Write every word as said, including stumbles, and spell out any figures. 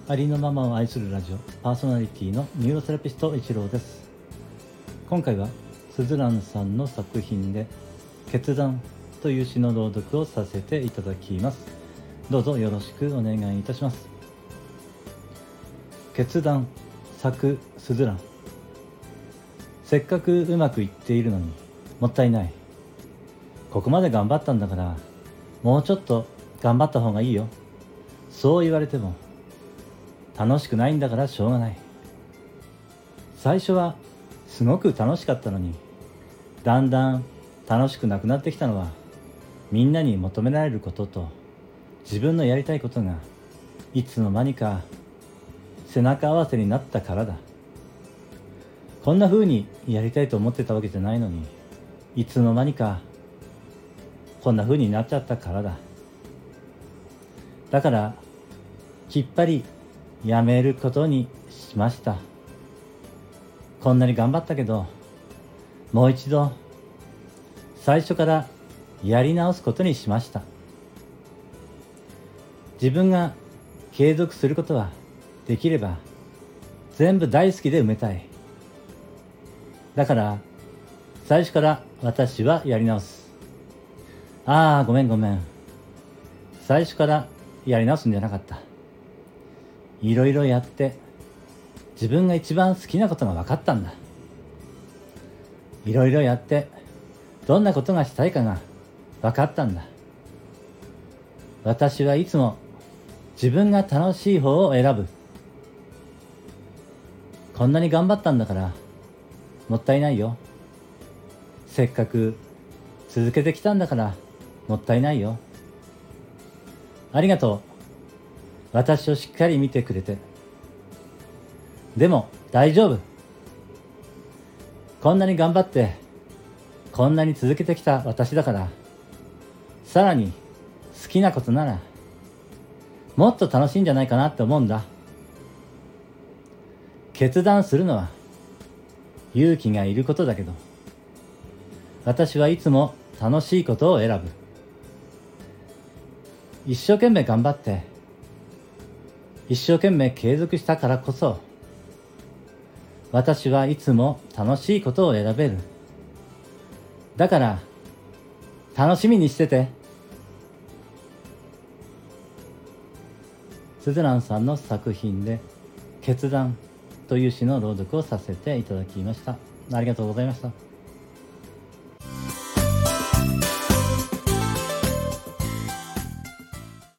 ありのままを愛するラジオパーソナリティのニューロセラピスト一郎です。今回はすずらんさんの作品で決断という詩の朗読をさせていただきます。どうぞよろしくお願いいたします。決断作すずらん。せっかくうまくいっているのにもったいない。ここまで頑張ったんだからもうちょっと頑張った方がいいよ。そう言われても楽しくないんだからしょうがない。最初はすごく楽しかったのにだんだん楽しくなくなってきたのは、みんなに求められることと自分のやりたいことがいつの間にか背中合わせになったからだ。こんな風にやりたいと思ってたわけじゃないのに、いつの間にかこんな風になっちゃったからだ。だからきっぱりやめることにしました。こんなに頑張ったけど、もう一度最初からやり直すことにしました。自分が継続することはできれば全部大好きで埋めたい。だから最初から私はやり直す。ああ、ごめんごめん。最初からやり直すんじゃなかった。いろいろやって自分が一番好きなことが分かったんだ。いろいろやってどんなことがしたいかが分かったんだ。私はいつも自分が楽しい方を選ぶ。こんなに頑張ったんだからもったいないよ。せっかく続けてきたんだからもったいないよ。ありがとう。私をしっかり見てくれて。でも大丈夫。こんなに頑張ってこんなに続けてきた私だから、さらに好きなことならもっと楽しいんじゃないかなって思うんだ。決断するのは勇気がいることだけど、私はいつも楽しいことを選ぶ。一生懸命頑張って一生懸命継続したからこそ、私はいつも楽しいことを選べる。だから楽しみにしてて。すずらんさんの作品で決断という詩の朗読をさせていただきました。ありがとうございました。